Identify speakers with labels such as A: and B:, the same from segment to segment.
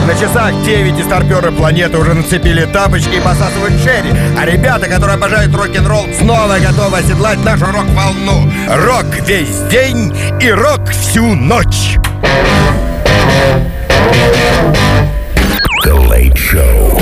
A: На часах 9, и старперы планеты уже нацепили тапочки и посасывают шерри. А ребята, которые обожают рок-н-ролл, снова готовы оседлать нашу рок-волну. Рок весь день и рок всю ночь.
B: The Late Show.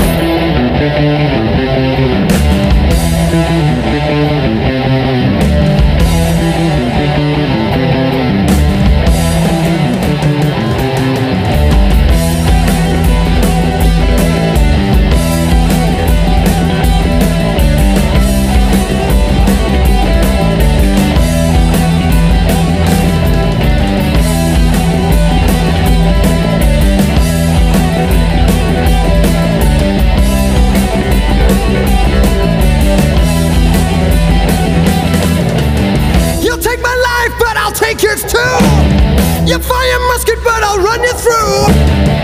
C: You fire musket, but I'll run you through.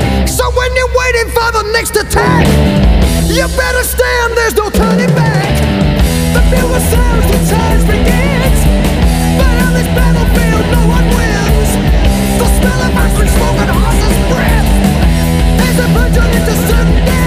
C: So when you're waiting for the next attack, you better stand, there's no turning back. The bugle sounds, the time begins. But on this battlefield, no one wins. The smell of ice and smoke and horse's breath as a virgin into sudden death.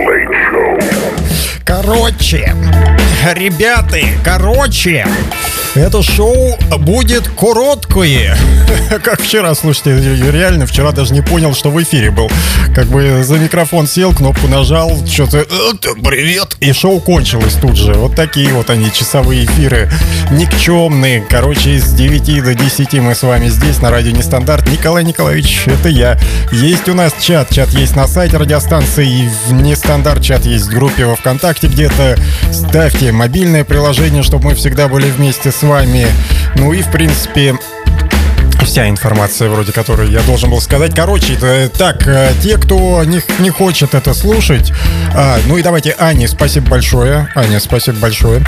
A: Ребята,
D: Это шоу будет короткое. Как вчера, слушайте, реально вчера даже не понял, что в эфире был. Как бы за микрофон сел, кнопку нажал, что-то привет, и шоу кончилось тут же. Вот такие вот они, часовые эфиры никчемные. Короче, с 9 до 10 мы с вами здесь, на радио Нестандарт. Николай Николаевич, это я. Есть у нас чат есть на сайте радиостанции, и в Нестандарт чат есть в группе во ВКонтакте где-то. Ставьте мобильное приложение, чтобы мы всегда были вместе с вами. Ну и, в принципе, вся информация, вроде которой я должен был сказать. Короче, так, те, кто не хочет это слушать, ну и давайте Ане спасибо большое. Аня, спасибо большое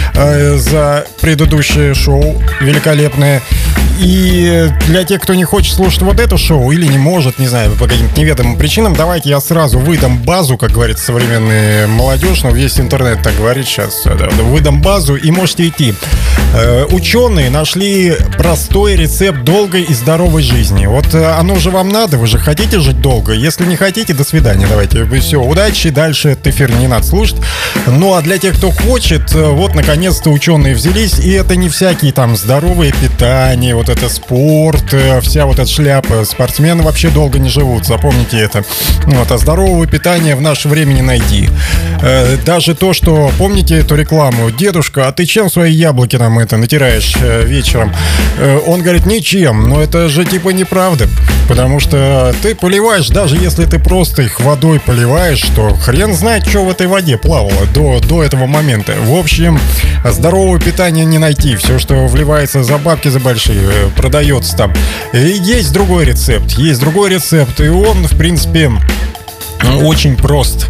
D: за предыдущее шоу великолепное. И для тех, кто не хочет слушать вот это шоу или не может, не знаю, по каким-то неведомым причинам, давайте я сразу выдам базу, как говорит современная молодежь, но весь интернет так говорит сейчас. Выдам базу и можете идти. Ученые нашли простой рецепт долгой и здоровой жизни. Вот оно же вам надо, вы же хотите жить долго. Если не хотите, до свидания, давайте. Все, удачи, дальше этот эфир не надо слушать. Ну а для тех, кто хочет, вот наконец-то ученые взялись, и это не всякие там здоровые питания, вот это спорт, вся вот эта шляпа. Спортсмены вообще долго не живут, запомните это. Вот, а здорового питания в наше время не найти. Даже то, что, помните эту рекламу? Дедушка, а ты чем свои яблоки там натираешь вечером? Он говорит, ничем. Но это же типа неправда. Потому что ты поливаешь, даже если ты просто их водой поливаешь, то хрен знает, что в этой воде плавало до этого момента. В общем, здорового питания не найти. Все, что вливается за бабки, за большие, продается там. И есть другой рецепт. И он, в принципе, очень прост.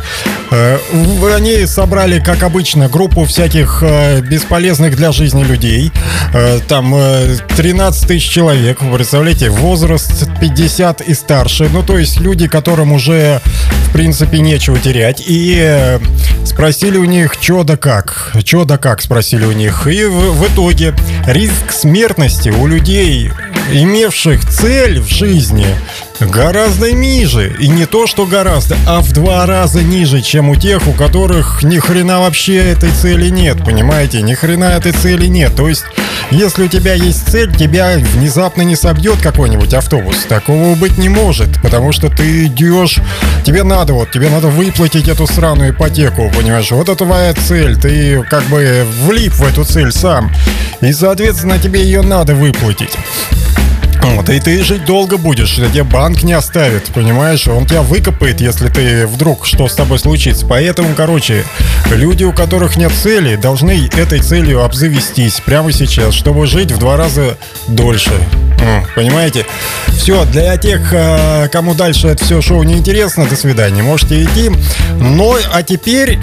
D: Они собрали, как обычно, группу всяких бесполезных для жизни людей. Там 13 тысяч человек, вы представляете, возраст 50 и старше. Ну, то есть люди, которым уже, в принципе, нечего терять. И спросили у них, что да как, спросили у них. И в итоге риск смертности у людей, имевших цель в жизни, гораздо ниже. И не то, что гораздо, а в 2 раза ниже, чем у тех, у которых ни хрена вообще этой цели нет. Понимаете? Ни хрена этой цели нет. То есть, если у тебя есть цель, тебя внезапно не собьет какой-нибудь автобус. Такого быть не может. Потому что ты идешь, тебе надо выплатить эту сраную ипотеку. Понимаешь? Вот это твоя цель. Ты как бы влип в эту цель сам. И, соответственно, тебе ее надо выплатить. Вот, и ты жить долго будешь, тебе банк не оставит, понимаешь? Он тебя выкопает, если ты вдруг что с тобой случится. Поэтому, короче, люди, у которых нет цели, должны этой целью обзавестись прямо сейчас, чтобы жить в 2 раза дольше. Понимаете? Все, для тех, кому дальше это все шоу неинтересно, до свидания, можете идти. Ну, а теперь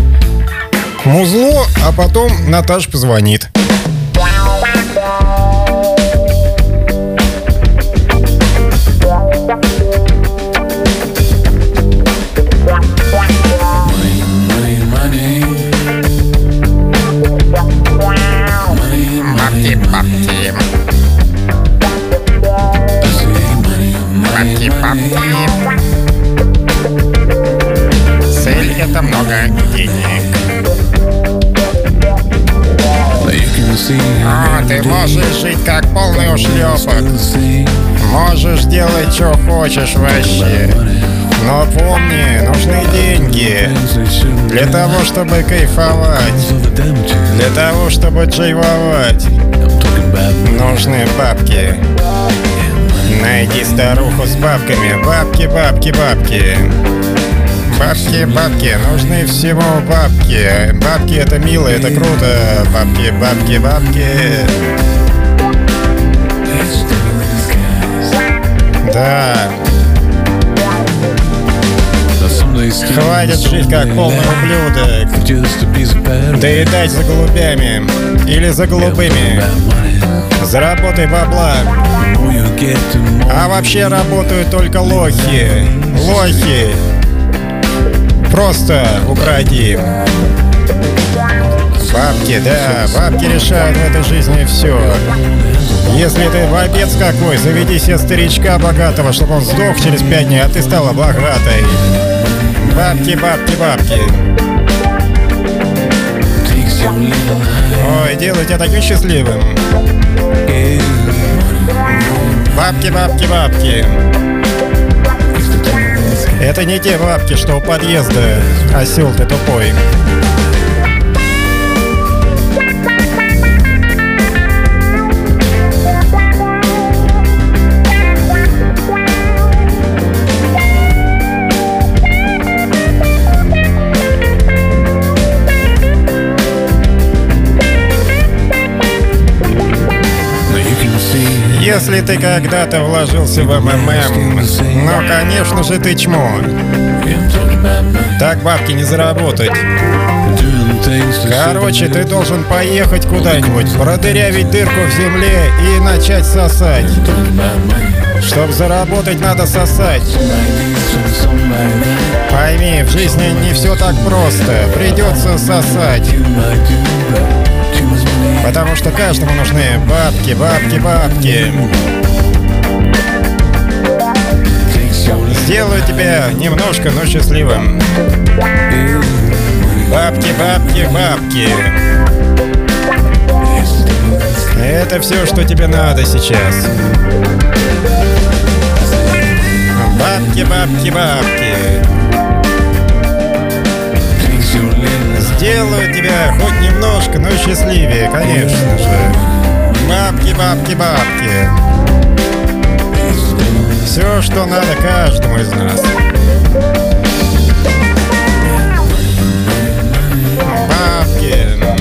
D: музло, а потом Наташа позвонит.
A: Цель — это много денег. Ты можешь жить как полный ушлепок. Можешь делать, что хочешь вообще. Но помни, нужны деньги. Для того, чтобы кайфовать. Для того, чтобы джейвовать. Нужны бабки. Найди старуху с бабками. Бабки, бабки, бабки. Бабки, бабки, нужны всему бабки. Бабки — это мило, это круто. Бабки, бабки, бабки. Да. Хватит жить как полный ублюдок. Доедать за голубями или за голубыми. Заработай бабла. А вообще работают только лохи. Лохи. Просто укради. Бабки, да, бабки решают в этой жизни все. Если ты бобец какой, заведи себе старичка богатого, чтобы он сдох через 5 дней, а ты стала богатой. Бабки, бабки, бабки.
D: Ой, делаю тебя таким счастливым. Бабки, бабки, бабки. Это не те бабки, что у подъезда. Осел ты тупой. Если ты когда-то вложился в МММ, ну, конечно же, ты чмо. Так бабки не заработать. Короче, ты должен поехать куда-нибудь, продырявить дырку в земле и начать сосать. Чтоб заработать, надо сосать. Пойми, в жизни не все так просто. Придется сосать. Потому что каждому нужны бабки, бабки, бабки. Сделаю тебя немножко, но счастливым. Бабки, бабки, бабки. Это все, что тебе надо сейчас. Бабки, бабки, бабки. Сделаю тебя хоть немножко, но счастливее, конечно же. Бабки, бабки, бабки. Все, что надо каждому из нас. Бабки.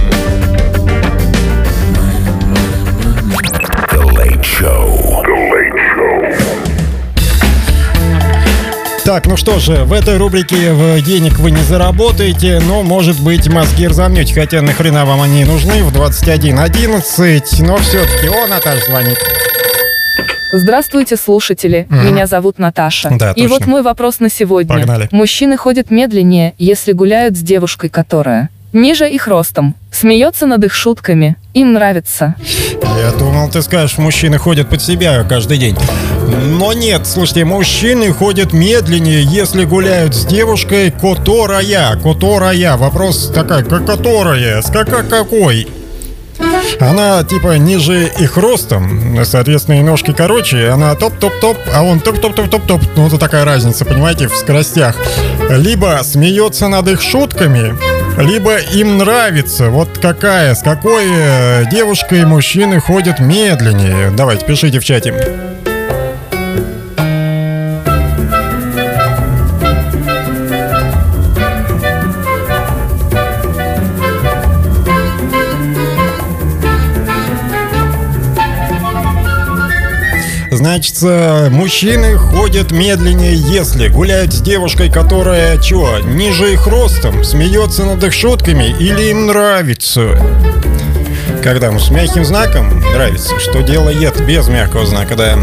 B: The Late Show.
D: Так, ну что же, в этой рубрике денег вы не заработаете, но, может быть, мозги разомнете, хотя нахрена вам они нужны в 21:11, но все-таки Наташа звонит.
E: Здравствуйте, слушатели. Меня зовут Наташа.
D: Да,
E: и
D: точно.
E: вот мой вопрос на сегодня.
D: Погнали.
E: Мужчины ходят медленнее, если гуляют с девушкой, которая ниже их ростом, смеется над их шутками, им нравится.
D: Я думал, ты скажешь, мужчины ходят под себя каждый день. Но нет, слушайте, мужчины ходят медленнее, если гуляют с девушкой, которая. Вопрос такой, которая? Какой? Она типа ниже их ростом, соответственно, и ножки короче, она топ-топ-топ, а он топ-топ-топ-топ-топ. Ну, это такая разница, понимаете, в скоростях. Либо смеется над их шутками, либо им нравится. Вот с какой девушкой мужчины ходят медленнее. Давайте, пишите в чате. Значит, мужчины ходят медленнее, если гуляют с девушкой, которая, ниже их ростом, смеется над их шутками или им нравится. Когда с мягким знаком нравится, что делает без мягкого знака, да.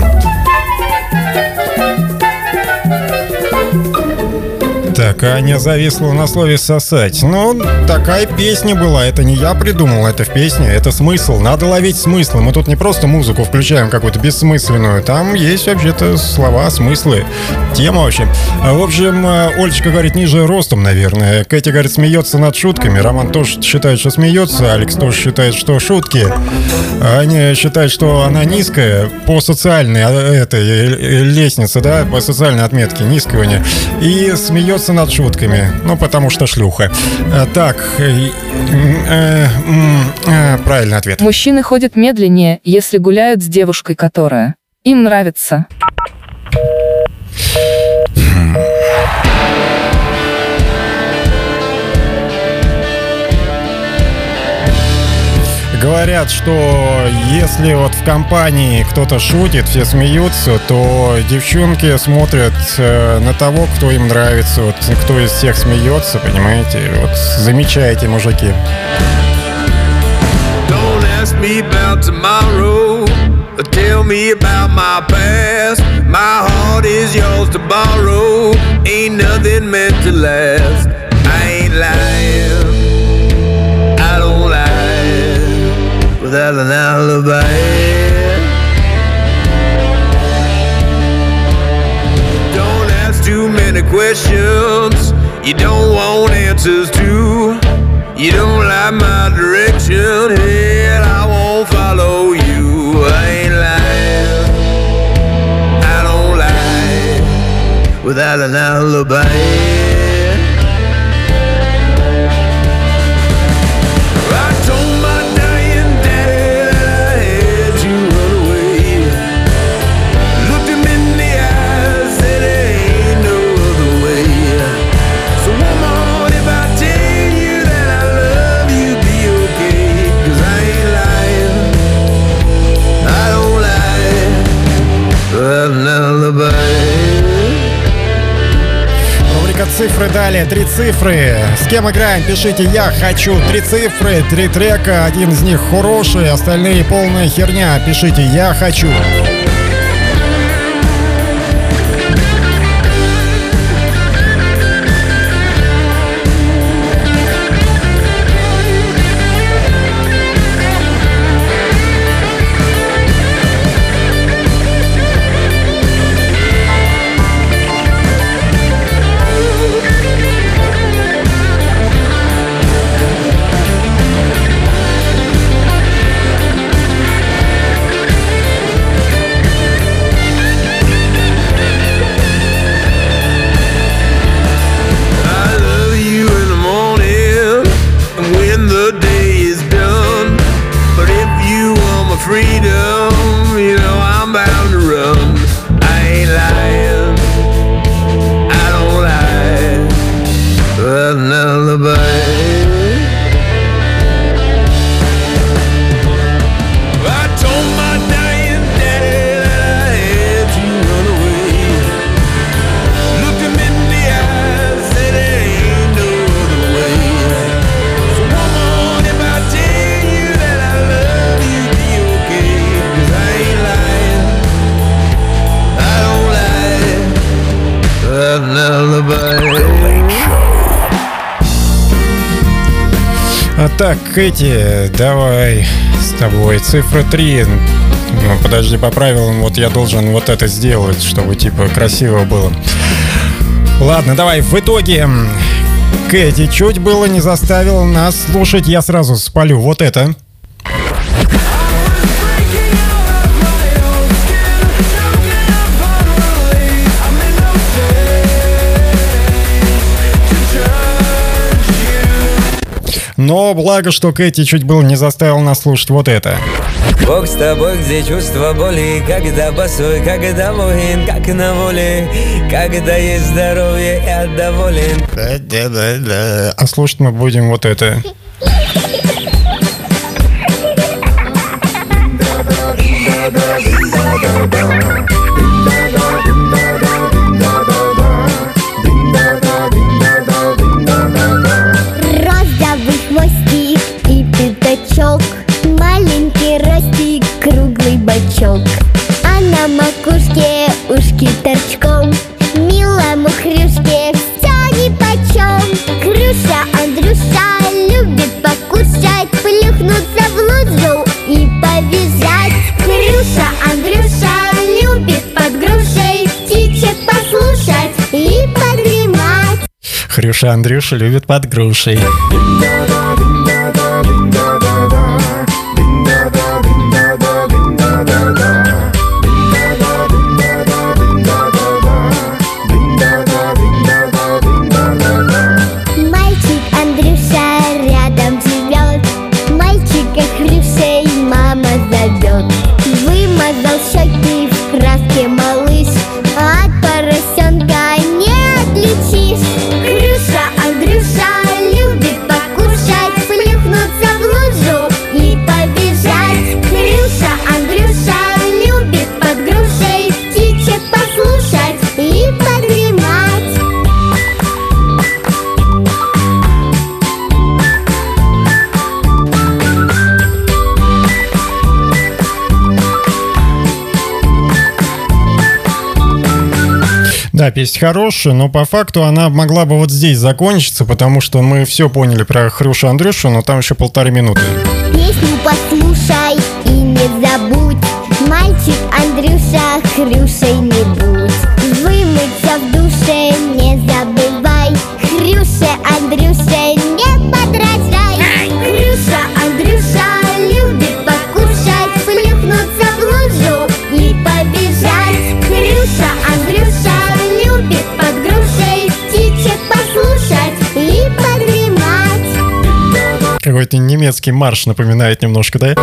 D: Так, Аня зависла на слове «сосать». Ну, такая песня была. Это не я придумал, это в песне. Это смысл. Надо ловить смыслы. Мы тут не просто музыку включаем какую-то бессмысленную. Там есть вообще-то слова, смыслы. Тема вообще. В общем, Олечка говорит, ниже ростом, наверное. Кэти говорит, смеется над шутками. Роман тоже считает, что смеется. Алекс тоже считает, что шутки. Аня считает, что она низкая по социальной этой лестнице, да, по социальной отметке. Низкая у нее. И смеется над шутками. Ну, потому что шлюха. Так. Правильный ответ.
E: Мужчины ходят медленнее, если гуляют с девушкой, которая им нравится.
D: Говорят, что если вот в компании кто-то шутит, все смеются, то девчонки смотрят на того, кто им нравится, вот кто из всех смеется, понимаете? Вот замечайте, мужики.
F: Don't ask me about tomorrow, tell me about my past. My heart is yours to borrow, ain't nothing meant to last. I ain't lying, I don't lie without an alibi. Don't ask too many questions you don't want answers to. You don't like my direction, direction. Hell, I won't follow you. I ain't lying. I don't lie without an alibi.
D: Рубрика «Цифры» далее, 3 цифры. С кем играем? Пишите «Я хочу». 3 цифры, 3 трека, один из них хороший, остальные полная херня. Пишите «Я хочу».
F: Freedom, you know I'm bound to run. I ain't lying, I don't lie, but an alibi. I told my dying daddy that I had to run away. Looked him in the eyes, said there ain't no other way. So woman, if I tell you that I love you,
D: А так, Кэти, давай с тобой цифра 3. Ну, подожди, по правилам вот я должен вот это сделать, чтобы типа красиво было. Ладно, давай, в итоге Кэти чуть было не заставила нас слушать. Я сразу спалю вот это. Но благо, что Кэти чуть было не заставил нас слушать вот это.
G: Бог с тобой, где чувство боли, когда босой, когда воин, как на воле, когда есть здоровье, я доволен.
D: Да. А слушать мы будем вот это.
H: Маленький ростик, круглый бачок, а на макушке ушки торчком. Милому Хрюшке все нипочем. Хрюша, Андрюша любит покушать, плюхнуться в лужу и побежать. Хрюша, Андрюша любит под грушей птичек послушать и подремать.
D: Хрюша, Андрюша любит под грушей.
H: Вымазал щеки в краске малыш, а от поросенка не отличишь. Хрюша, Андрюша любит покушать, плюхнуться в лужу и побежать. Хрюша, Андрюша любит под грушей птичек послушать и подремать.
D: Да, песня хорошая, но по факту она могла бы вот здесь закончиться, потому что мы все поняли про Хрюшу Андрюшу, но там еще 1,5 минуты.
H: Песню послушай и не забудь, мальчик Андрюша, Хрюшей не будь. Вымыться в душе не забывай, Хрюше Андрюше не подражай. Хрюша Андрюша
D: какой-то немецкий марш напоминает немножко, да?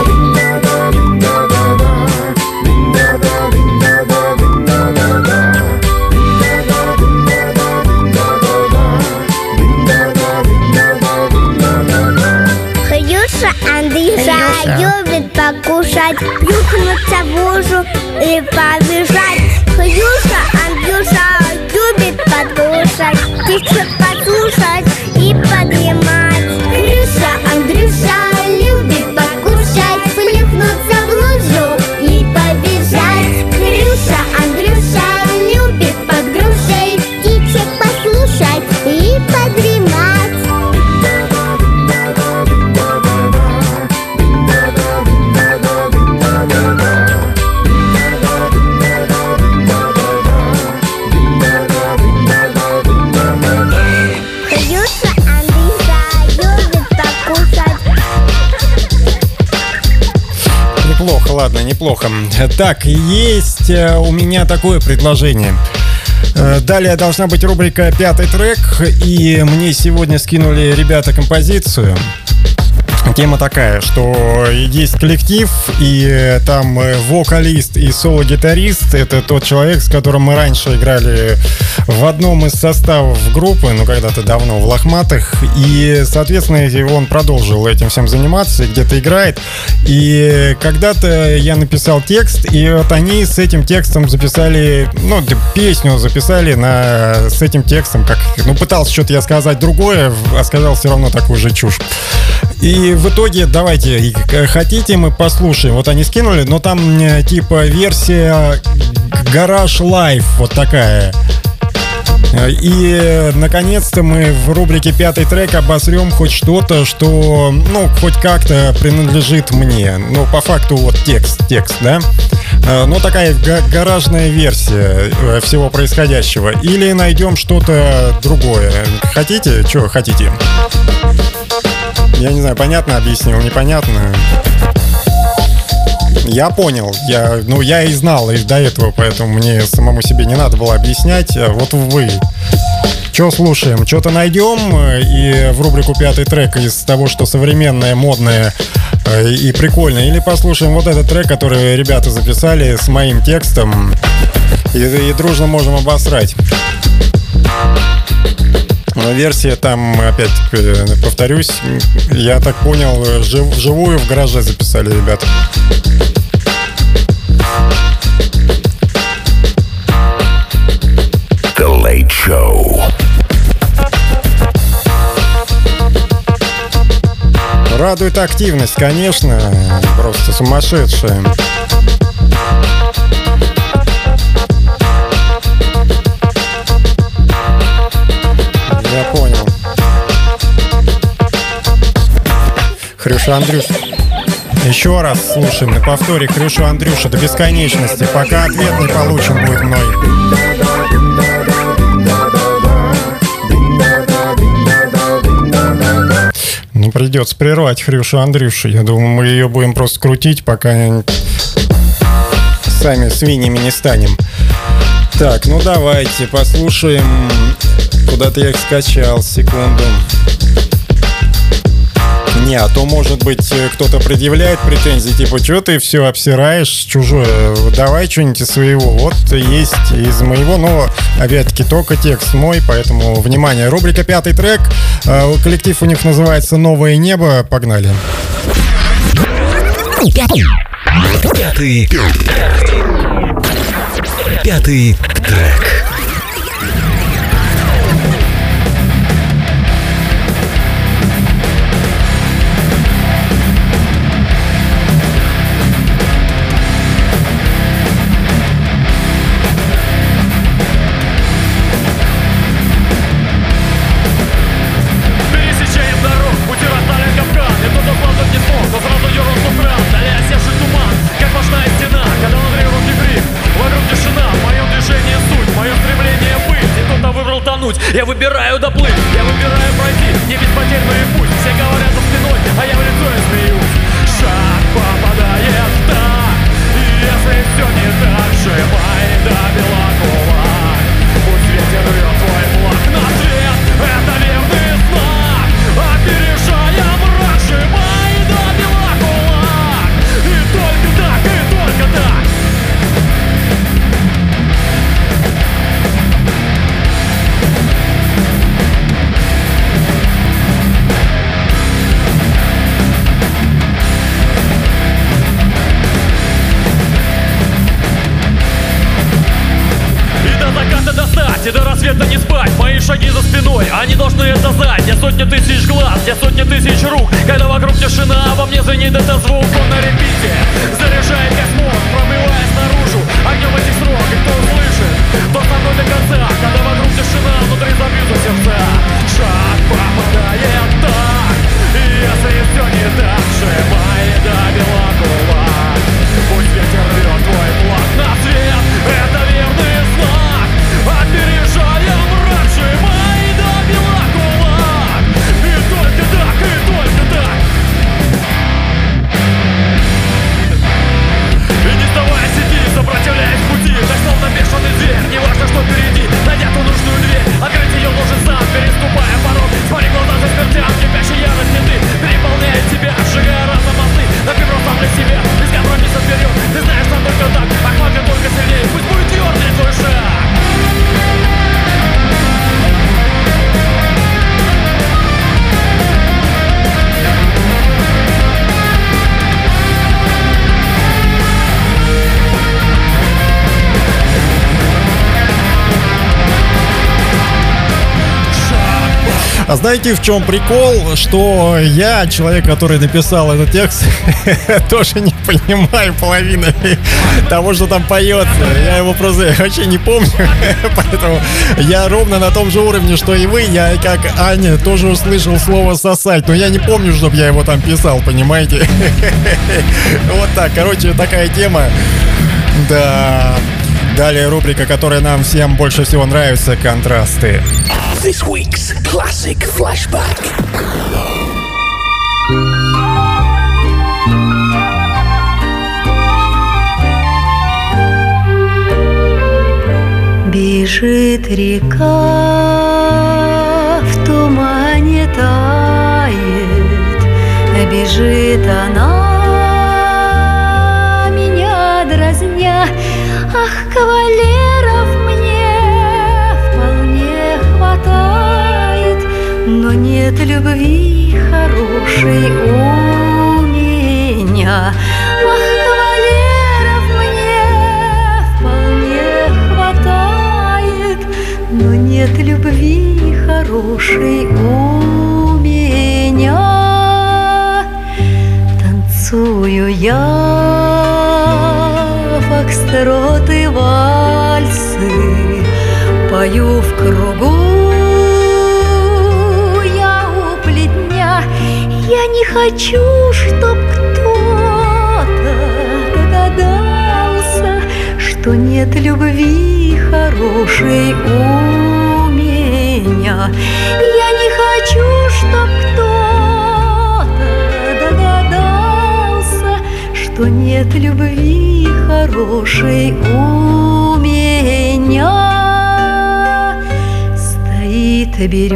H: Андрюша любит покушать, плюхнуться в лужу и побежать. Хрюша, Андрюша любит покушать, птичек послушать и подремать. Хрюша, Андрюша любит покушать, плюхнуться в лужу и побежать. Хрюша, Андрюша любит под грушей птичек послушать и подремать.
D: Неплохо, ладно, неплохо. Так, есть у меня такое предложение. Далее должна быть рубрика «Пятый трек», и мне сегодня скинули ребята композицию. Тема такая, что есть коллектив, и там вокалист и соло-гитарист. Это тот человек, с которым мы раньше играли в одном из составов группы, ну, когда-то давно, в «Лохматых». И, соответственно, он продолжил этим всем заниматься, где-то играет. И когда-то я написал текст, и вот они с этим текстом записали, ну, песню записали с этим текстом, как, ну, пытался что-то я сказать другое, а сказал все равно такую же чушь. И в итоге, давайте, хотите, мы послушаем. Вот они скинули, но там типа версия Garage Live, вот такая. И, наконец-то, мы в рубрике «Пятый трек» обосрем хоть что-то, что, ну, хоть как-то принадлежит мне. Ну, по факту, вот текст, да? Ну, такая гаражная версия всего происходящего. Или найдем что-то другое. Хотите? Чего хотите? Я не знаю, понятно объяснил, непонятно. Я понял, я и знал и до этого, поэтому мне самому себе не надо было объяснять. Вот вы. Что слушаем? Что-то найдем. И в рубрику «Пятый трек» из того, что современное, модное и прикольное. Или послушаем вот этот трек, который ребята записали с моим текстом. И дружно можем обосрать. Но версия там, опять повторюсь, я так понял, вживую в гараже записали ребята.
B: The Late Show.
D: Радует активность, конечно, просто сумасшедшая. Я понял. Хрюша, Андрюша. Еще раз слушаем на повторе Хрюшу, Андрюша до бесконечности, пока ответ не получен будет мной. Ну, придется прервать Хрюшу, Андрюшу. Я думаю, мы ее будем просто крутить, пока сами свиньями не станем. Так, ну давайте послушаем. Куда-то я их скачал, секунду. Не, а то, может быть, кто-то предъявляет претензии, типа, что ты все обсираешь чужое, давай что-нибудь из своего. Вот есть из моего, но, опять-таки, только текст мой, поэтому, внимание, рубрика «Пятый трек», коллектив у них называется «Новое небо», погнали.
B: Пятый трек.
I: Я выбираю доплыть, я выбираю пройти не без потерь мой путь. Все говорят за спиной, а я в лицо и смеюсь. Шаг попадает так, если все не так, живай до Белакова. Пусть ветер рвет твой флаг на свет, это верный знак. Опережая мрак, живой это не спать, мои шаги за спиной, они должны это знать. Я сотни тысяч глаз, я сотни тысяч рук. Когда вокруг тишина, во мне звенит это звук. Он на репите, заряжает как смог, пробиваясь наружу огнем этих строк. И кто услышит, тот со мной до конца. Когда вокруг тишина, внутри забьются сердца. Шаг попадает так, и если все не так, сжимай до белокула. Пусть ветер рвет твой флаг на свет, это верный знак. Опережаем мрак, сжимай до белокула. И только так, и только так. И не сдавая сиди, сопротивляясь пути, так словно бешеный зверь, не важно, что впереди. Найдя ту нужную дверь, открыть ее должен сам, переступая порог. Смотри глаза за смертям, кипящей ярости ты переполняет тебя, сжигая разом мосты. Но ты просто для себя, без компромисса вперед. Ты знаешь, что только так, охватка только сильнее. Пусть будет твердый твой шаг.
D: А знаете, в чем прикол? Что я, человек, который написал этот текст, тоже не понимаю половины того, что там поется. Я его просто вообще не помню. Поэтому я ровно на том же уровне, что и вы. Я, как Аня, тоже услышал слово «сосать». Но я не помню, чтобы я его там писал, понимаете? Вот так, короче, такая тема. Да. Далее рубрика, которая нам всем больше всего нравится — контрасты.
B: This week's classic flashback.
J: Бежит река, в тумане тает, бежит она, меня дразня. Ах, кавалеров мне вполне хватает, но нет любви хорошей у меня. Ах, кавалеров мне вполне хватает, но нет любви хорошей у меня. Танцую я фокстроты, вальсы, пою в кругу я у плетня. Я не хочу, чтоб кто-то догадался, что нет любви хорошей у меня. Я не хочу, чтоб кто-то догадался, что нет любви хорошей у меня. Стоит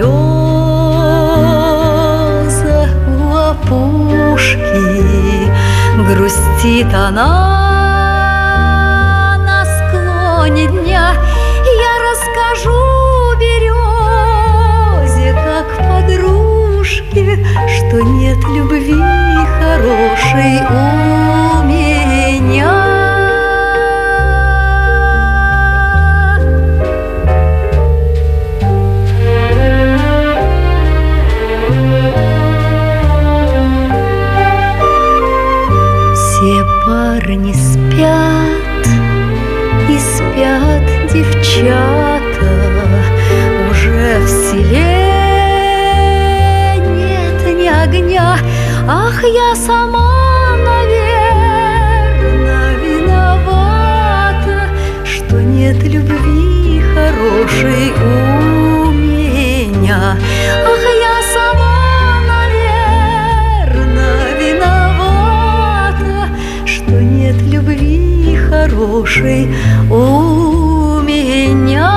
J: береза у опушки, грустит она на склоне дня. Я расскажу березе, как подружке, что нет любви хорошей у меня. Парни спят, и спят девчата. Уже в селе нет ни огня. Ах, я сама, наверно, виновата, что нет любви хорошей у меня. Ах, я сама, наверно, виновата, что нет любви хорошей у меня.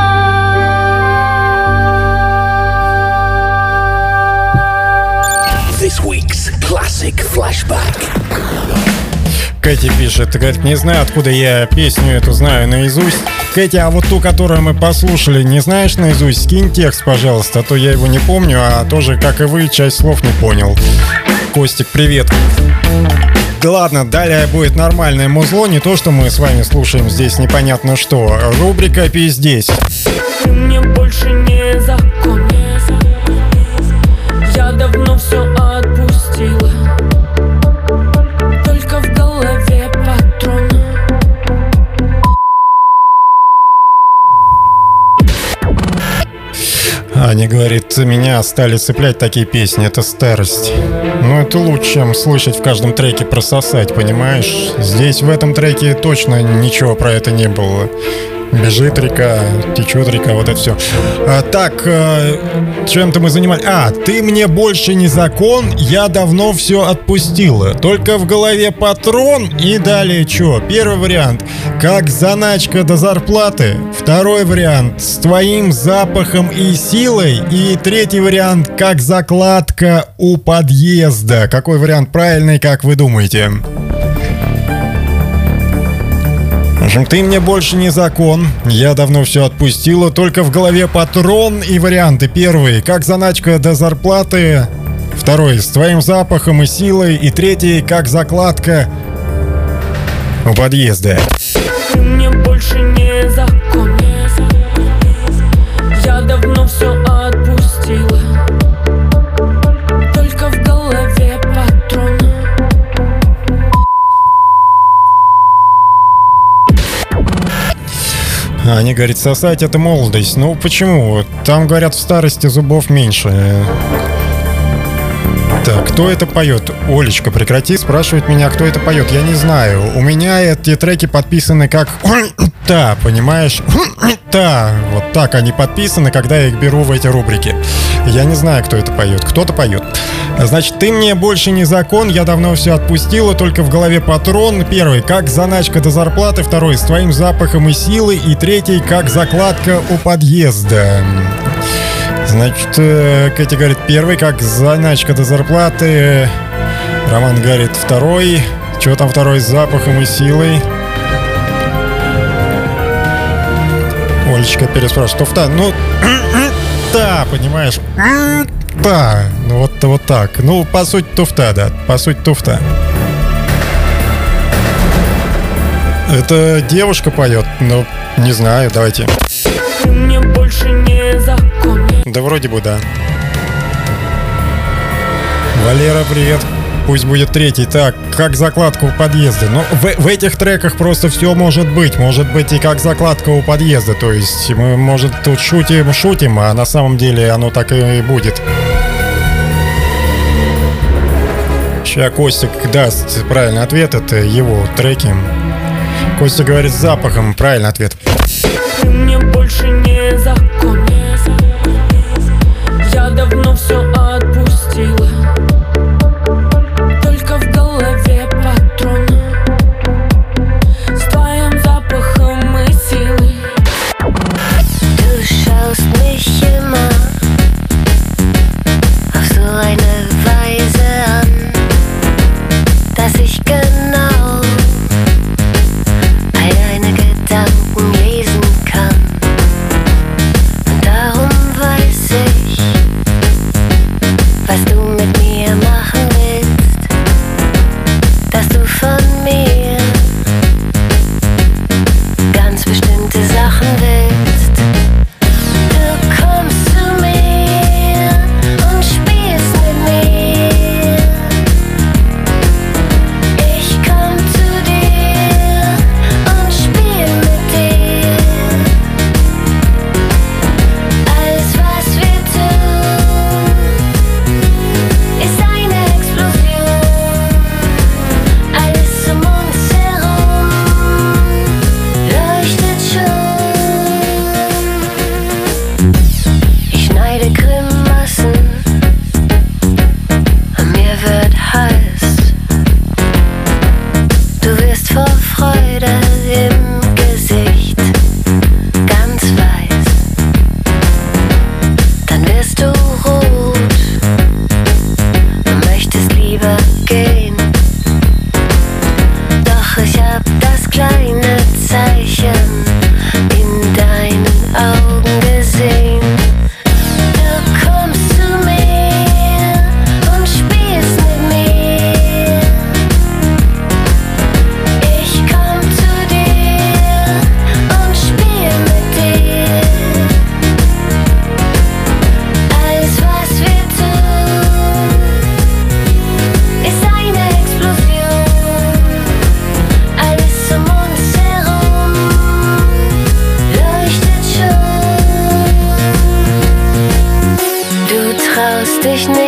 B: This week's classic flashback.
D: Кэти пишет, говорит, не знаю, откуда я песню эту знаю наизусть. Кэти, а вот ту, которую мы послушали, не знаешь наизусть? Скинь текст, пожалуйста, а то я его не помню, а тоже, как и вы, часть слов не понял. Костик, привет. Да ладно, далее будет нормальное музло, не то, что мы с вами слушаем здесь непонятно что. Рубрика «Пиздец».
K: Ты мне больше не закон. Я давно все отпустила. Только в голове патрон.
D: Аня говорит, меня стали цеплять такие песни, это старость. Ну, это лучше, чем слышать в каждом треке про сосать, понимаешь? Здесь в этом треке точно ничего про это не было. Бежит река, течет река, вот это все. Чем-то мы занимались. Ты мне больше не закон, я давно все отпустила. Только в голове патрон. И далее что? Первый вариант, как заначка до зарплаты. Второй вариант, с твоим запахом и силой. И третий вариант, как закладка у подъезда. Какой вариант правильный, как вы думаете? Ты мне больше не закон, я давно все отпустила, только в голове патрон. И варианты: первый, как заначка до зарплаты. Второй, с твоим запахом и силой. И третий, как закладка у подъезда.
K: Ты мне больше не закон. Я давно все отпустила. Только в голове патрон.
D: Они говорят, сосать это молодость. Ну почему? Там, говорят, в старости зубов меньше. Так, кто это поет? Олечка, прекрати спрашивать меня, кто это поет. Я не знаю. У меня эти треки подписаны как «та», понимаешь? «Та». Вот так они подписаны, когда я их беру в эти рубрики. Я не знаю, кто это поет. Кто-то поет. Значит, ты мне больше не закон, я давно все отпустила, только в голове патрон. Первый, как заначка до зарплаты. Второй, с твоим запахом и силой. И третий, как закладка у подъезда. Значит, Кэти говорит, первый, как заначка до зарплаты. Роман говорит, второй. Что там второй, с запахом и силой? Олечка переспрашивает, туфта. Ну, да, понимаешь? Да, ну вот так. Ну, по сути, туфта, да. По сути, туфта. Это девушка поет, но не знаю, давайте.
K: Ты мне больше не закон.
D: Да вроде бы да. Валера, привет. Пусть будет третий. Так, как закладка у подъезда. Но в этих треках просто все может быть. Может быть и как закладка у подъезда. То есть мы, может, тут шутим, а на самом деле оно так и будет. Сейчас Костик даст правильный ответ. Это его треки. Костя говорит, с запахом. Правильный ответ.
K: Ты мне больше не закон. Я давно все отпустила. Только в голове патрон. С твоим запахом и силой.
H: Du schaust mich immer auf so eine Weise an, dass ich genau all deine Gedanken lesen kann. Und darum weiß ich, was du mit mir machen willst, dass du von mir ganz bestimmte Sachen willst. Du kommst zu mir und spielst mit mir. Ich komm zu dir und spiel mit dir. Alles, was wir tun, ist eine Explosion. Alles um uns herum leuchtet schon. Ich schneide Grimassen, und mir wird heiß. Du wirst vor Freude im Gesicht ganz weiß. Dann wirst du rot und möchtest lieber gehen. Doch ich hab das kleine Zeichen in deinen Augen gesehen. Du kommst zu mir und spielst mit mir. Ich komm zu dir und spiel mit dir.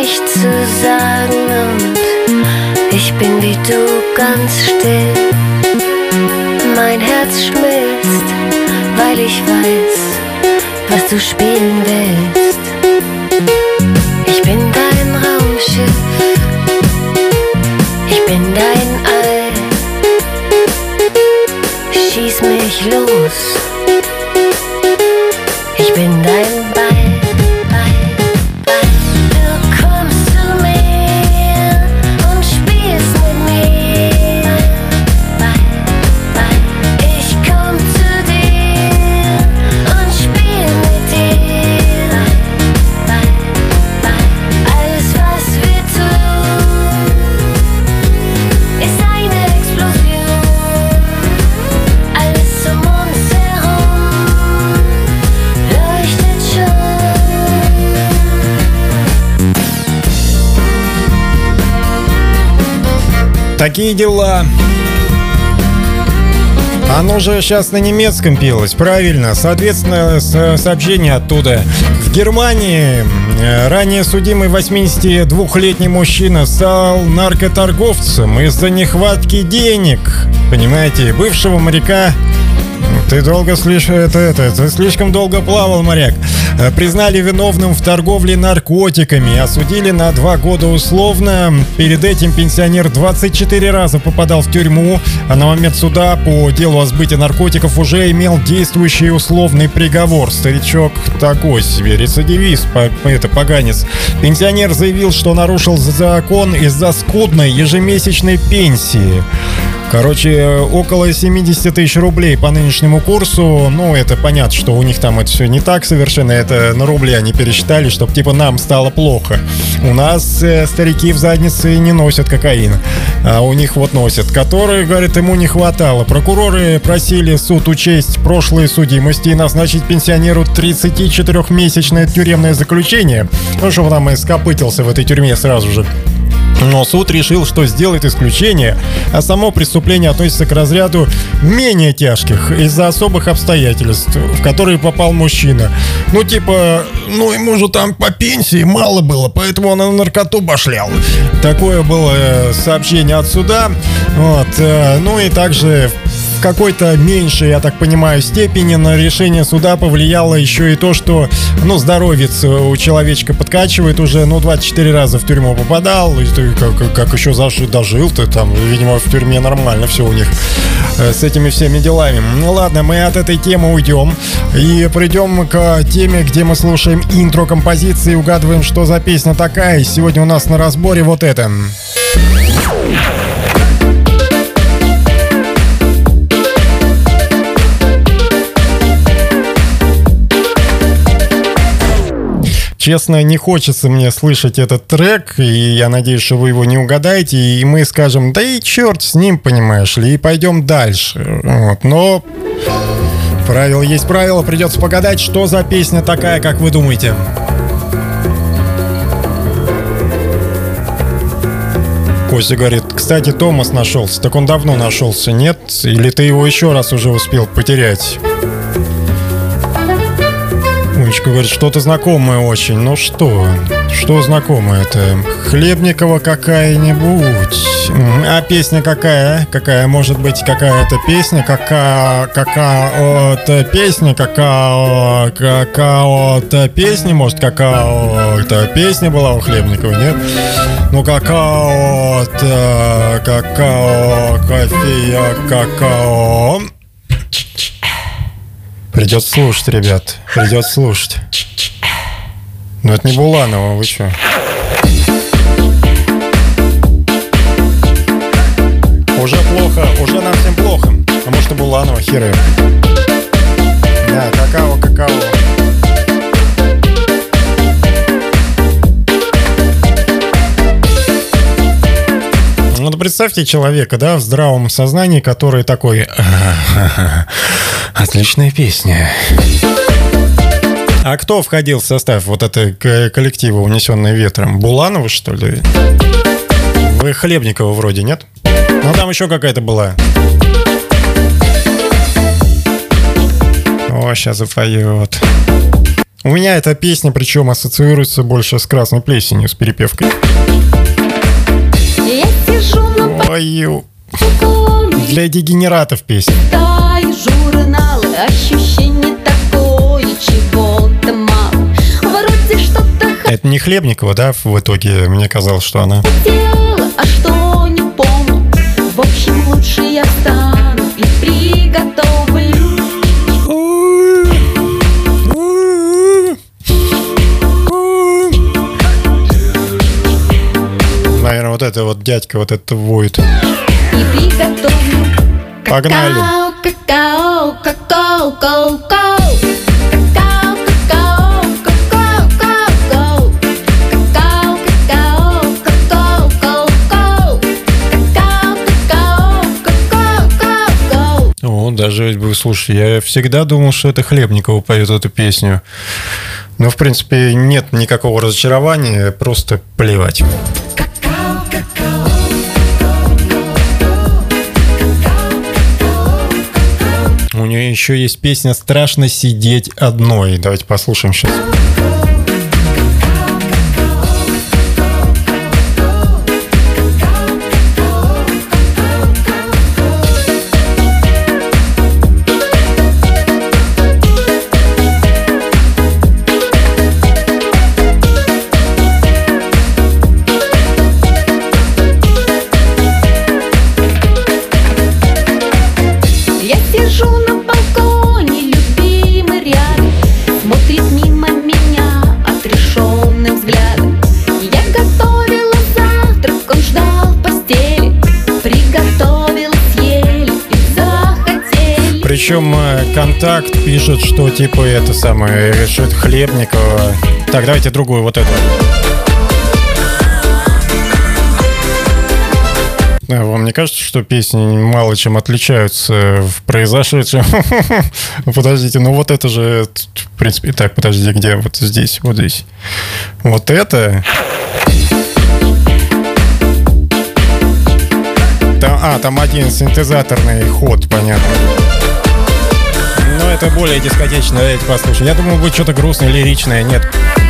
H: nichts zu sagen und ich bin wie du ganz still. Mein Herz schmilzt, weil ich weiß, was du spielen willst. Ich bin dein Raumschiff, ich bin dein All. Schieß mich los, ich bin dein Ball.
D: Такие дела. Оно же сейчас на немецком пелось, правильно. Соответственно, сообщение оттуда. В Германии ранее судимый 82-летний мужчина стал наркоторговцем из-за нехватки денег. Понимаете, бывшего моряка... Ты слишком долго плавал, моряк. Признали виновным в торговле наркотиками, осудили на 2 года условно. Перед этим пенсионер 24 раза попадал в тюрьму, а на момент суда по делу о сбытии наркотиков уже имел действующий условный приговор. Старичок такой себе, рецидивист, поганец. Пенсионер заявил, что нарушил закон из-за скудной ежемесячной пенсии. Короче, около 70 тысяч рублей по нынешнему курсу. Ну, это понятно, что у них там это все не так совершенно. Это на рубли они пересчитали, чтобы типа нам стало плохо. У нас старики в заднице не носят кокаин, а у них вот носят. Которые, говорят, ему не хватало. Прокуроры просили суд учесть прошлые судимости и назначить пенсионеру 34-месячное тюремное заключение. Ну, чтобы там и скопытился в этой тюрьме сразу же. Но суд решил, что сделает исключение, а само преступление относится к разряду менее тяжких из-за особых обстоятельств, в которые попал мужчина. Ну, типа, ему же там по пенсии мало было, поэтому он на наркоту башлял. Такое было сообщение от суда. Вот. Ну и также в какой-то меньшей, я так понимаю, степени на решение суда повлияло еще и то, что, здоровец у человечка подкачивает уже, 24 раза в тюрьму попадал, и ты как еще дожил-то там, видимо, в тюрьме нормально все у них с этими всеми делами. Ну ладно, мы от этой темы уйдем и придем к теме, где мы слушаем интро композиции и угадываем, что за песня такая. И сегодня у нас на разборе вот это. Честно, не хочется мне слышать этот трек, и я надеюсь, что вы его не угадаете, и мы скажем, да и черт с ним, понимаешь ли, и пойдем дальше. Вот. Но правило есть правило, придется погадать, что за песня такая, как вы думаете. Костя говорит, кстати, Томас нашелся. Так он давно нашелся, нет? Или ты его еще раз уже успел потерять? Умничка говорит, что-то знакомое очень. Ну что? Что знакомое-то? Хлебникова какая-нибудь. А песня какая? Какая может быть какая-то песня? Какая-то песня? Какая-то песня? Может, какая-то песня была у Хлебникова, нет? Ну, какао-то, какао, кофея, какао. Придется слушать, ребят. Придется слушать. Но это не Буланова, вы что? Уже плохо, уже нам всем плохо. А может и Буланова, херы. Да, какао, какао. Ну, представьте человека, да, в здравом сознании, который такой... Отличная песня. А кто входил в состав вот этой коллектива, унесенной ветром? Буланова, что ли? Вы Хлебникова вроде, нет? Ну, там еще какая-то была. О, сейчас запоет. У меня эта песня, причем, ассоциируется больше с «Красной плесенью», с перепевкой.
J: Я сижу на
D: Ой, для дегенератов песня.
J: почитаю журналы, ощущение такое, чего-то мало. Вроде что-то
D: Это не Хлебникова, да, в итоге? Мне казалось, что она...
J: хотела, а что не помню. В общем, лучше я встану и приготовлю.
D: Наверное, вот это вот дядька вот это воет.
J: И приготовлю
D: Погнали.
J: какао, какао, какао, какао. Какао, какао, какао, какао. Какао, какао, какао, какао. Какао, какао, какао, какао.
D: О, даже, слушай, я всегда думал, что это Хлебникова поет эту песню. Но, в принципе, нет никакого разочарования, просто плевать. У нее еще есть песня «Страшно сидеть одной». Давайте послушаем сейчас.
J: Я сижу на балконе, любимый рядом, смотрит мимо меня отрешенным взглядом. Я готовила завтрак, он ждал в постели, приготовила, съели и захотели.
D: Причем «Контакт» пишет, что типа это самое, что это Хлебникова. Так, давайте другую, вот эту. Вам не кажется, что песни мало чем отличаются в произошедшем? Подождите, ну вот это же, в принципе, так, подожди, где? Вот здесь, вот здесь. Вот это... Там один синтезаторный ход, понятно. Но это более дискотечное, давайте послушаем. Я думал, будет что-то грустное, лиричное, нет.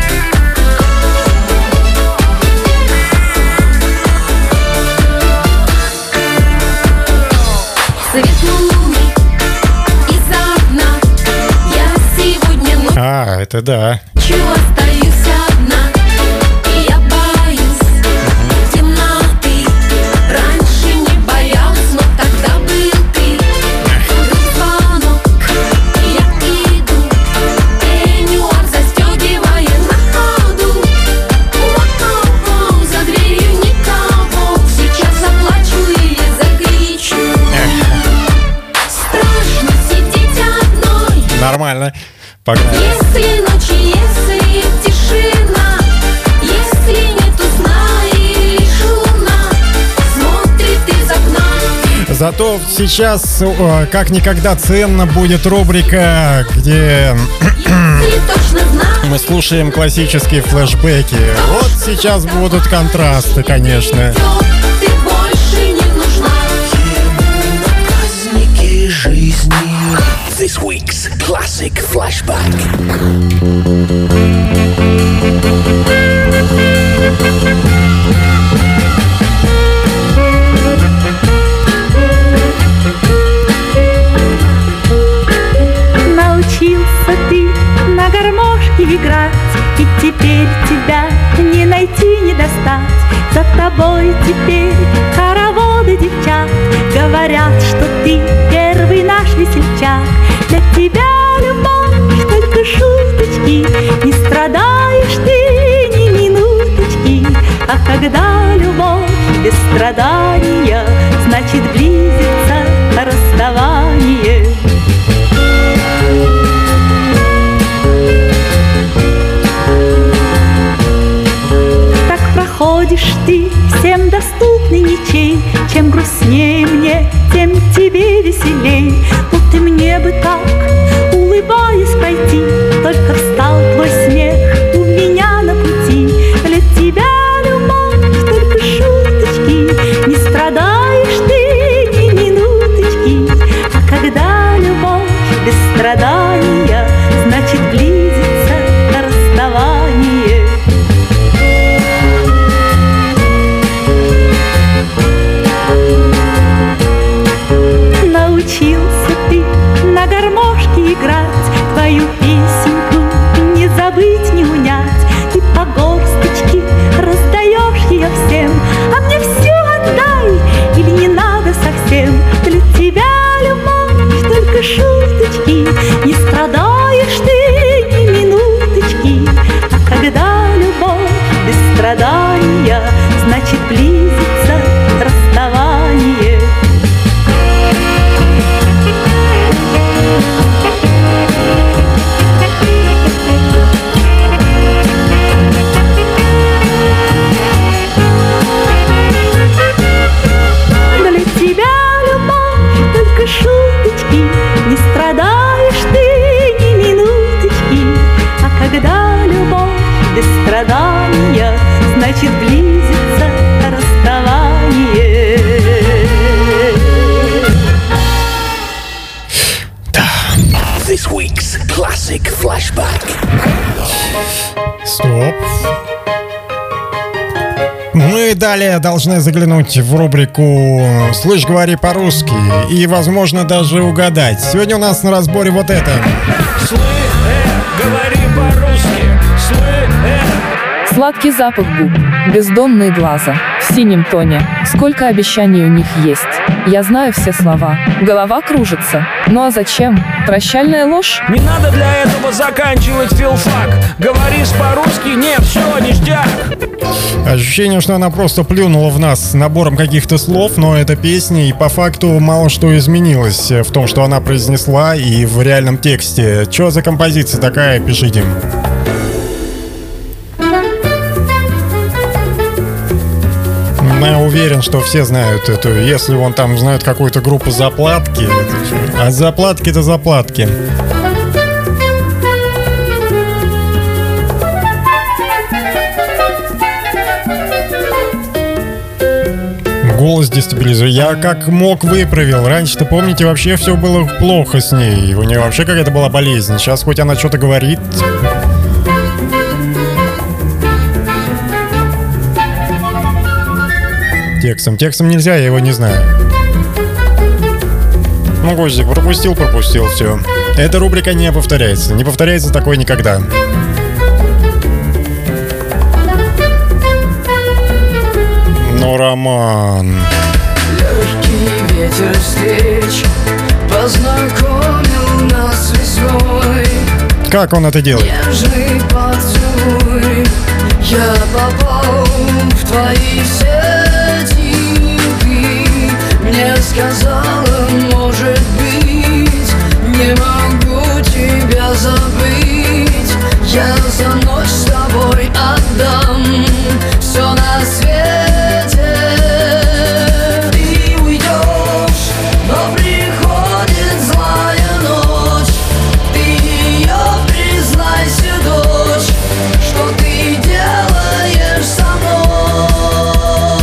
J: Свет луны из окна, я сегодня
D: Это да.
J: ночью остаюсь одна, и я боюсь темноты. Раньше не боялась, но тогда был ты. Вдруг звонок, и я иду, пеньюар застегивая на ходу. Воу-воу-воу, за дверью никого, сейчас заплачу или закричу. Страшно сидеть одной.
D: Нормально. Погнали.
J: Если ночи, если тишина, если нету сна и лишь луна смотрит из окна.
D: Зато сейчас как никогда ценно будет рубрика, где
J: Если точно знаю,
D: мы слушаем классические флешбеки. Вот сейчас будут контрасты, конечно.
J: ты больше не нужна.
B: Праздники жизни. This week's classic flashback.
K: Научился ты на гармошке играть, и теперь тебя не найти, не достать. За тобой теперь хороводы девчат говорят, что ты первый наш весельчак. Для тебя любовь только шуточки, не страдаешь ты ни минуточки. А когда любовь без страдания, значит близится расставание. Так проходишь ты, всем доступный ничей. Чем грустнее мне, тем тебе веселей. Вот и мне бы так, улыбаясь, пройти. Только встал твой смех у меня на пути. Для тебя любовь только шуточки, не страдаешь ты ни минуточки. А когда любовь без страдания, значит близится
D: далее должны заглянуть в рубрику «Слышь, говори по-русски» и, возможно, даже угадать. Сегодня у нас на разборе вот это.
I: Говори по-русски.
E: Сладкий запах губ, бездонные глаза, в синем тоне. Сколько обещаний у них есть. Я знаю все слова. Голова кружится. Ну а зачем? Прощальная ложь?
I: Не надо для этого заканчивать филфак. Говоришь по-русски, нет, все, ништяк.
D: Ощущение, что она просто плюнула в нас набором каких-то слов, но это песня, и по факту мало что изменилось в том, что она произнесла, и в реальном тексте. Что за композиция такая, пишите. Я уверен, что все знают эту. Если вон там знают какую-то группу «Заплатки», а заплатки-то заплатки. Голос дестабилизует. Я как мог выправил. Раньше-то, помните, вообще все было плохо с ней. У нее вообще какая-то была болезнь. Сейчас хоть она что-то говорит. Текстом нельзя, я его не знаю. Ну, Гостик, пропустил, все. Эта рубрика не повторяется. Не повторяется такое никогда. Но роман.
L: Легкий ветер встреч познакомил нас весной.
D: Как он это делает?
L: Нежный поцелуй. Я попал в твои сети. Ты мне сказала, может быть, не могу тебя забыть. Я за ночь с тобой отдам все на свете. Ты уйдешь, но приходит злая ночь. Ты ее признайся, дочь, что ты делаешь со мной.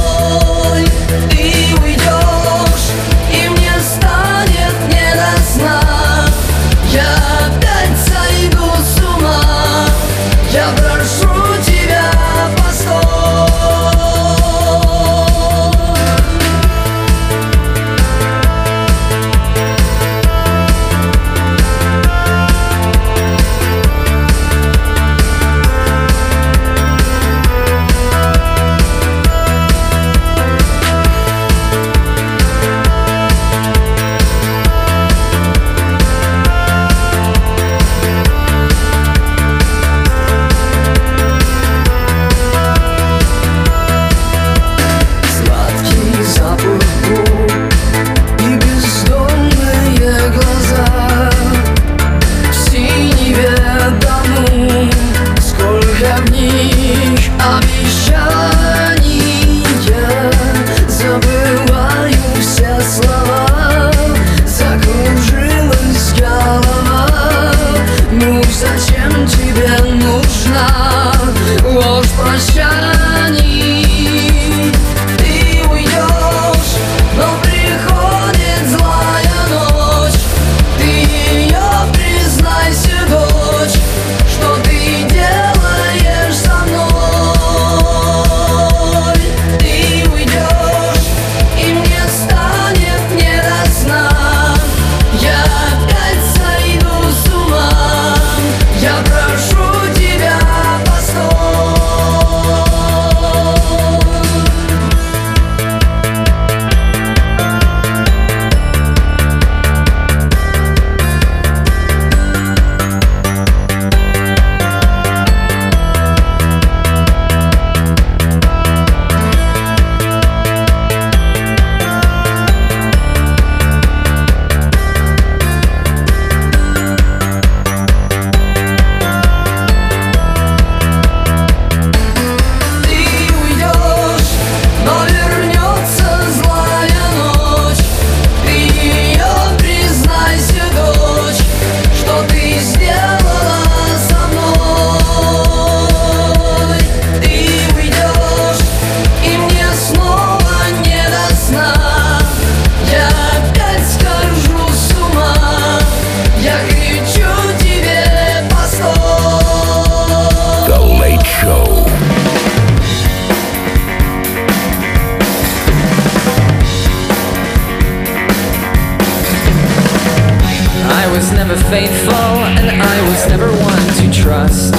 M: faithful, and I was never one to trust.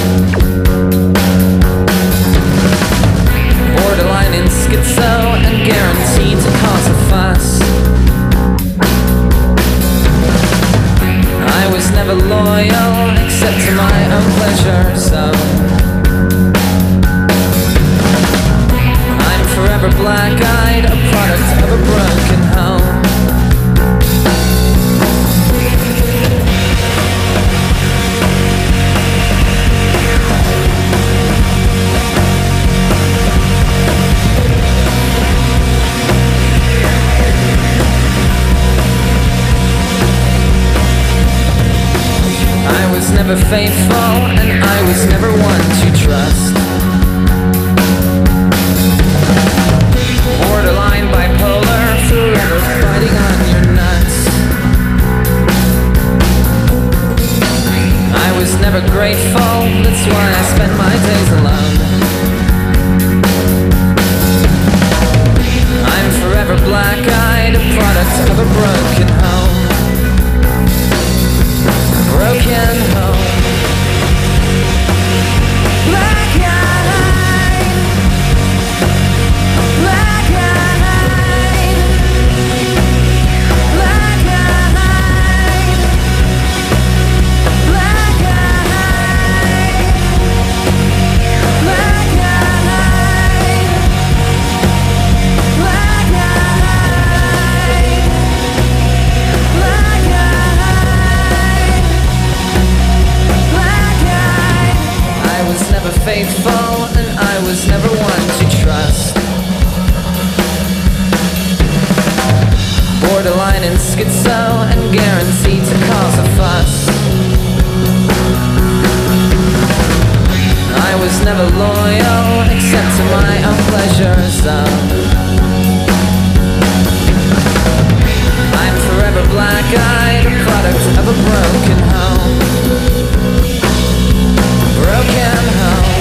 M: Borderline in schizo and guaranteed to cause a fuss. I was never loyal except to my own pleasure, so I'm forever black-eyed, a product of a broken home. I was never faithful, and I was never one to trust. Borderline bipolar, forever fighting on your nuts. I was never grateful, that's why I spent my days alone. I'm forever black-eyed, a product of a broken home. Broken home. Black-eyed, black-eyed, black-eyed, black-eyed, faithful, and I was never one to trust. Borderline in schizo and guaranteed to cause a fuss. I was never loyal except to my own pleasure, so I'm forever black-eyed, a product of a broken home. Broken home.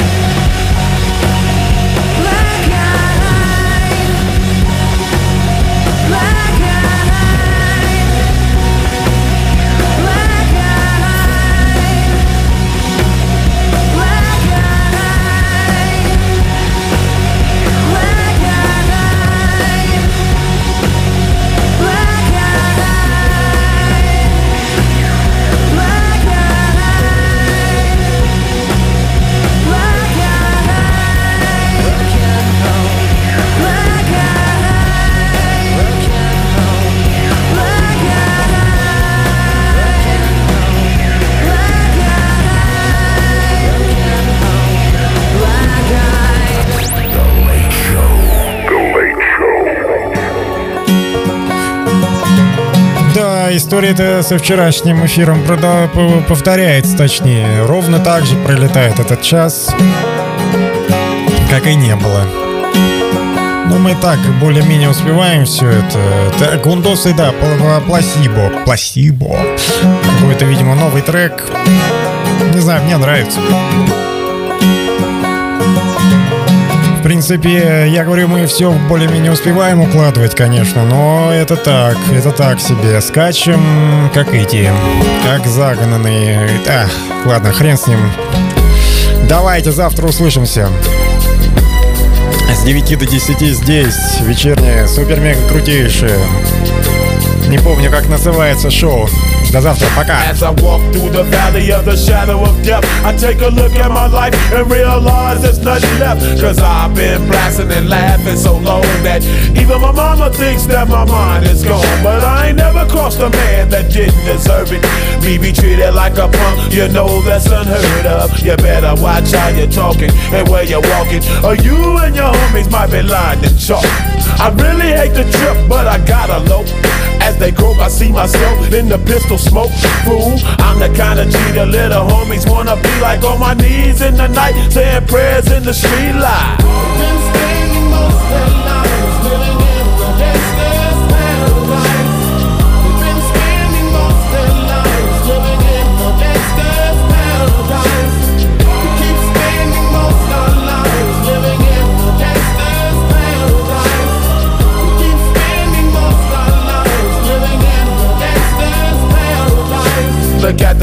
D: История-то со вчерашним эфиром повторяется, точнее. Ровно так же пролетает этот час, как и не было. Но мы так более-менее успеваем все это. Так, Гундосы, да, Пласибо. Какой-то, видимо, новый трек. Не знаю, мне нравится. В принципе, я говорю, мы все более-менее успеваем укладывать, конечно, но это так себе. Скачем, как эти, как загнанные. Ладно, хрен с ним. Давайте завтра услышимся. С 9 до 10 здесь, вечернее, супер-мега-крутейшее. Не помню, как называется шоу. До завтра, пока.
N: As I walk through the valley of the shadow of death, I take a look at my life and realize there's nothing left. Cause I've been blasting and laughing so long that even my mama thinks that my mind is gone. But I ain't never crossed a man that didn't deserve it. Me be treated like a punk, you know that's unheard of. You better watch how you're talking and where you're walking, or you and your homies might be lying in chalk. I really hate the trip, but I gotta low. As they croak, I see myself in the pistol smoke. Fool, I'm the kind of G the little homies wanna be like, on my knees in the night, saying prayers in the street light. Been spending most of their lives living in the gangster's paradise. We've been spending most of their lives living in the gangster's paradise. We keep spending most of our lives living in the gangster's paradise. We keep spending most of our lives living in the gangster's paradise. The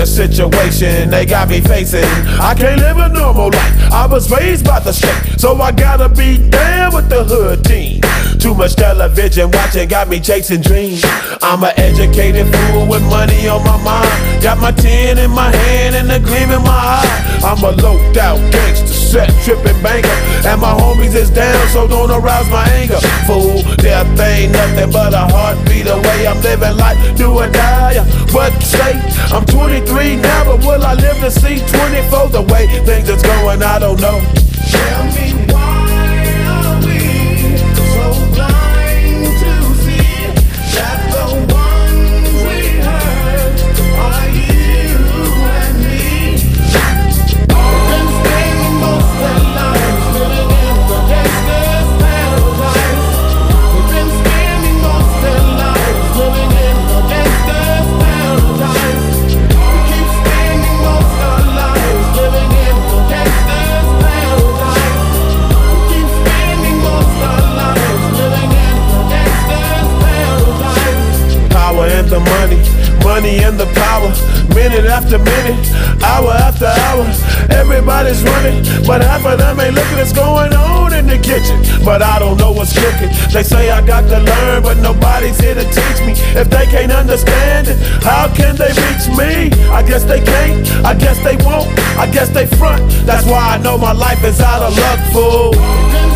N: the situation they got me facing. I can't live a normal life. I was raised by the state, so I gotta be down with the hood team. Too much television watching got me chasing dreams. I'm an educated fool with money on my mind. Got my tin in my hand and a gleam in my eye. I'm a loped out gangster, set tripping banker, and my homies is down, so don't arouse my anger. Fool, death ain't nothing but a heartbeat away. I'm living life, do or die. What say? I'm 23 now, but will I live to see 24? The way things is going, I don't know.
L: Tell me why are we so blind to see that the ones we hurt are you and me? We've been spending most of our lives living in the gangster's paradise. We've been spending most of our lives living in the gangster's paradise. We keep spending most of our lives living in the gangster's paradise. We keep spending most of our lives living in the gangster's paradise.
N: Power and the money, money and the power. Minute after minute, hour after hour, everybody's running, but half of them ain't looking what's going on in the kitchen. But I don't know what's cooking. They say I got to learn, but nobody's here to teach me. If they can't understand it, how can they reach me? I guess they can't, I guess they won't, I guess they front. That's why I know my life is out of luck, fool.